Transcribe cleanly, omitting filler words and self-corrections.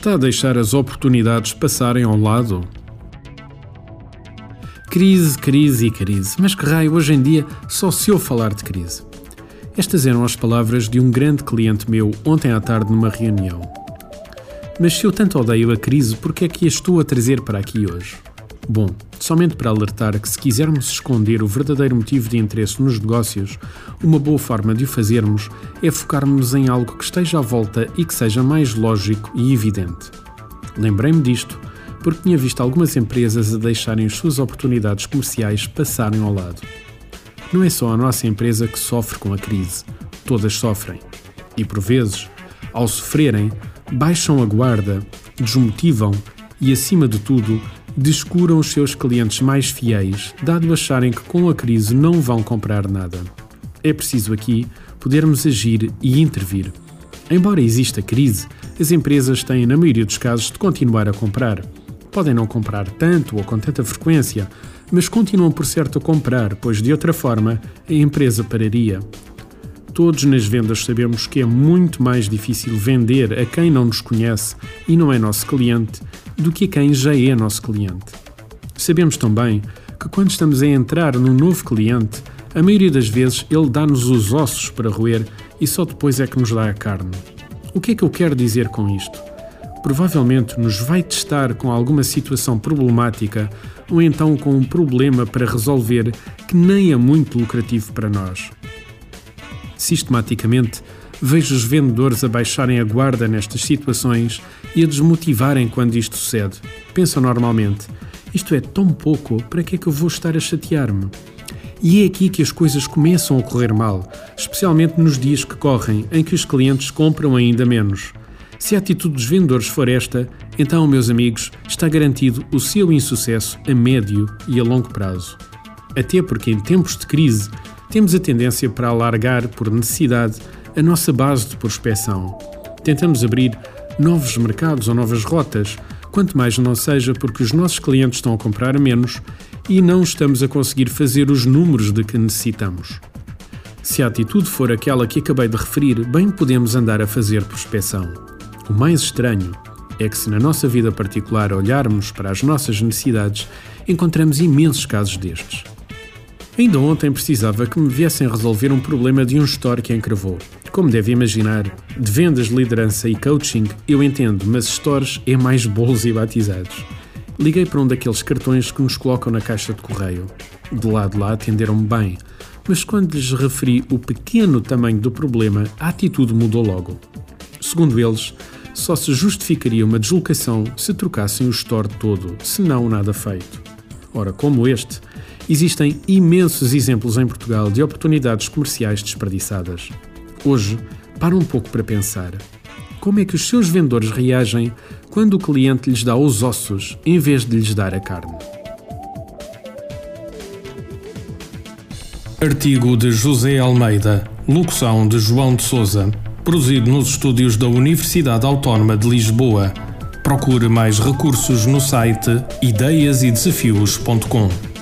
Está a deixar as oportunidades passarem ao lado? Crise, crise e crise. Mas que raio, hoje em dia só se ouve falar de crise. Estas eram as palavras de um grande cliente meu ontem à tarde numa reunião. Mas se eu tanto odeio a crise, por que é que a estou a trazer para aqui hoje? Bom, somente para alertar que se quisermos esconder o verdadeiro motivo de interesse nos negócios, uma boa forma de o fazermos é focarmos em algo que esteja à volta e que seja mais lógico e evidente. Lembrei-me disto porque tinha visto algumas empresas a deixarem as suas oportunidades comerciais passarem ao lado. Não é só a nossa empresa que sofre com a crise, todas sofrem. E por vezes, ao sofrerem, baixam a guarda, desmotivam e, acima de tudo, descuram os seus clientes mais fiéis, dado acharem que com a crise não vão comprar nada. É preciso aqui podermos agir e intervir. Embora exista crise, as empresas têm, na maioria dos casos, de continuar a comprar. Podem não comprar tanto ou com tanta frequência, mas continuam por certo a comprar, pois de outra forma a empresa pararia. Todos nas vendas sabemos que é muito mais difícil vender a quem não nos conhece e não é nosso cliente do que a quem já é nosso cliente. Sabemos também que quando estamos a entrar num novo cliente, a maioria das vezes ele dá-nos os ossos para roer e só depois é que nos dá a carne. O que é que eu quero dizer com isto? Provavelmente nos vai testar com alguma situação problemática ou então com um problema para resolver que nem é muito lucrativo para nós. Sistematicamente, vejo os vendedores a baixarem a guarda nestas situações e a desmotivarem quando isto sucede. Pensam normalmente, isto é tão pouco, para que é que eu vou estar a chatear-me? E é aqui que as coisas começam a correr mal, especialmente nos dias que correm, em que os clientes compram ainda menos. Se a atitude dos vendedores for esta, então, meus amigos, está garantido o seu insucesso a médio e a longo prazo. Até porque em tempos de crise, temos a tendência para alargar, por necessidade, a nossa base de prospecção. Tentamos abrir novos mercados ou novas rotas, quanto mais não seja porque os nossos clientes estão a comprar menos e não estamos a conseguir fazer os números de que necessitamos. Se a atitude for aquela que acabei de referir, bem podemos andar a fazer prospecção. O mais estranho é que se na nossa vida particular olharmos para as nossas necessidades, encontramos imensos casos destes. Ainda ontem precisava que me viessem resolver um problema de um store que encravou. Como deve imaginar, de vendas, liderança e coaching eu entendo, mas stores é mais bolos e batizados. Liguei para um daqueles cartões que nos colocam na caixa de correio. De lá atenderam-me bem, mas quando lhes referi o pequeno tamanho do problema, a atitude mudou logo. Segundo eles, só se justificaria uma deslocação se trocassem o store todo, senão nada feito. Ora, como este, existem imensos exemplos em Portugal de oportunidades comerciais desperdiçadas. Hoje, para um pouco para pensar. Como é que os seus vendedores reagem quando o cliente lhes dá os ossos em vez de lhes dar a carne? Artigo de José Almeida, locução de João de Sousa, produzido nos estúdios da Universidade Autónoma de Lisboa. Procure mais recursos no site ideiasedesafios.com.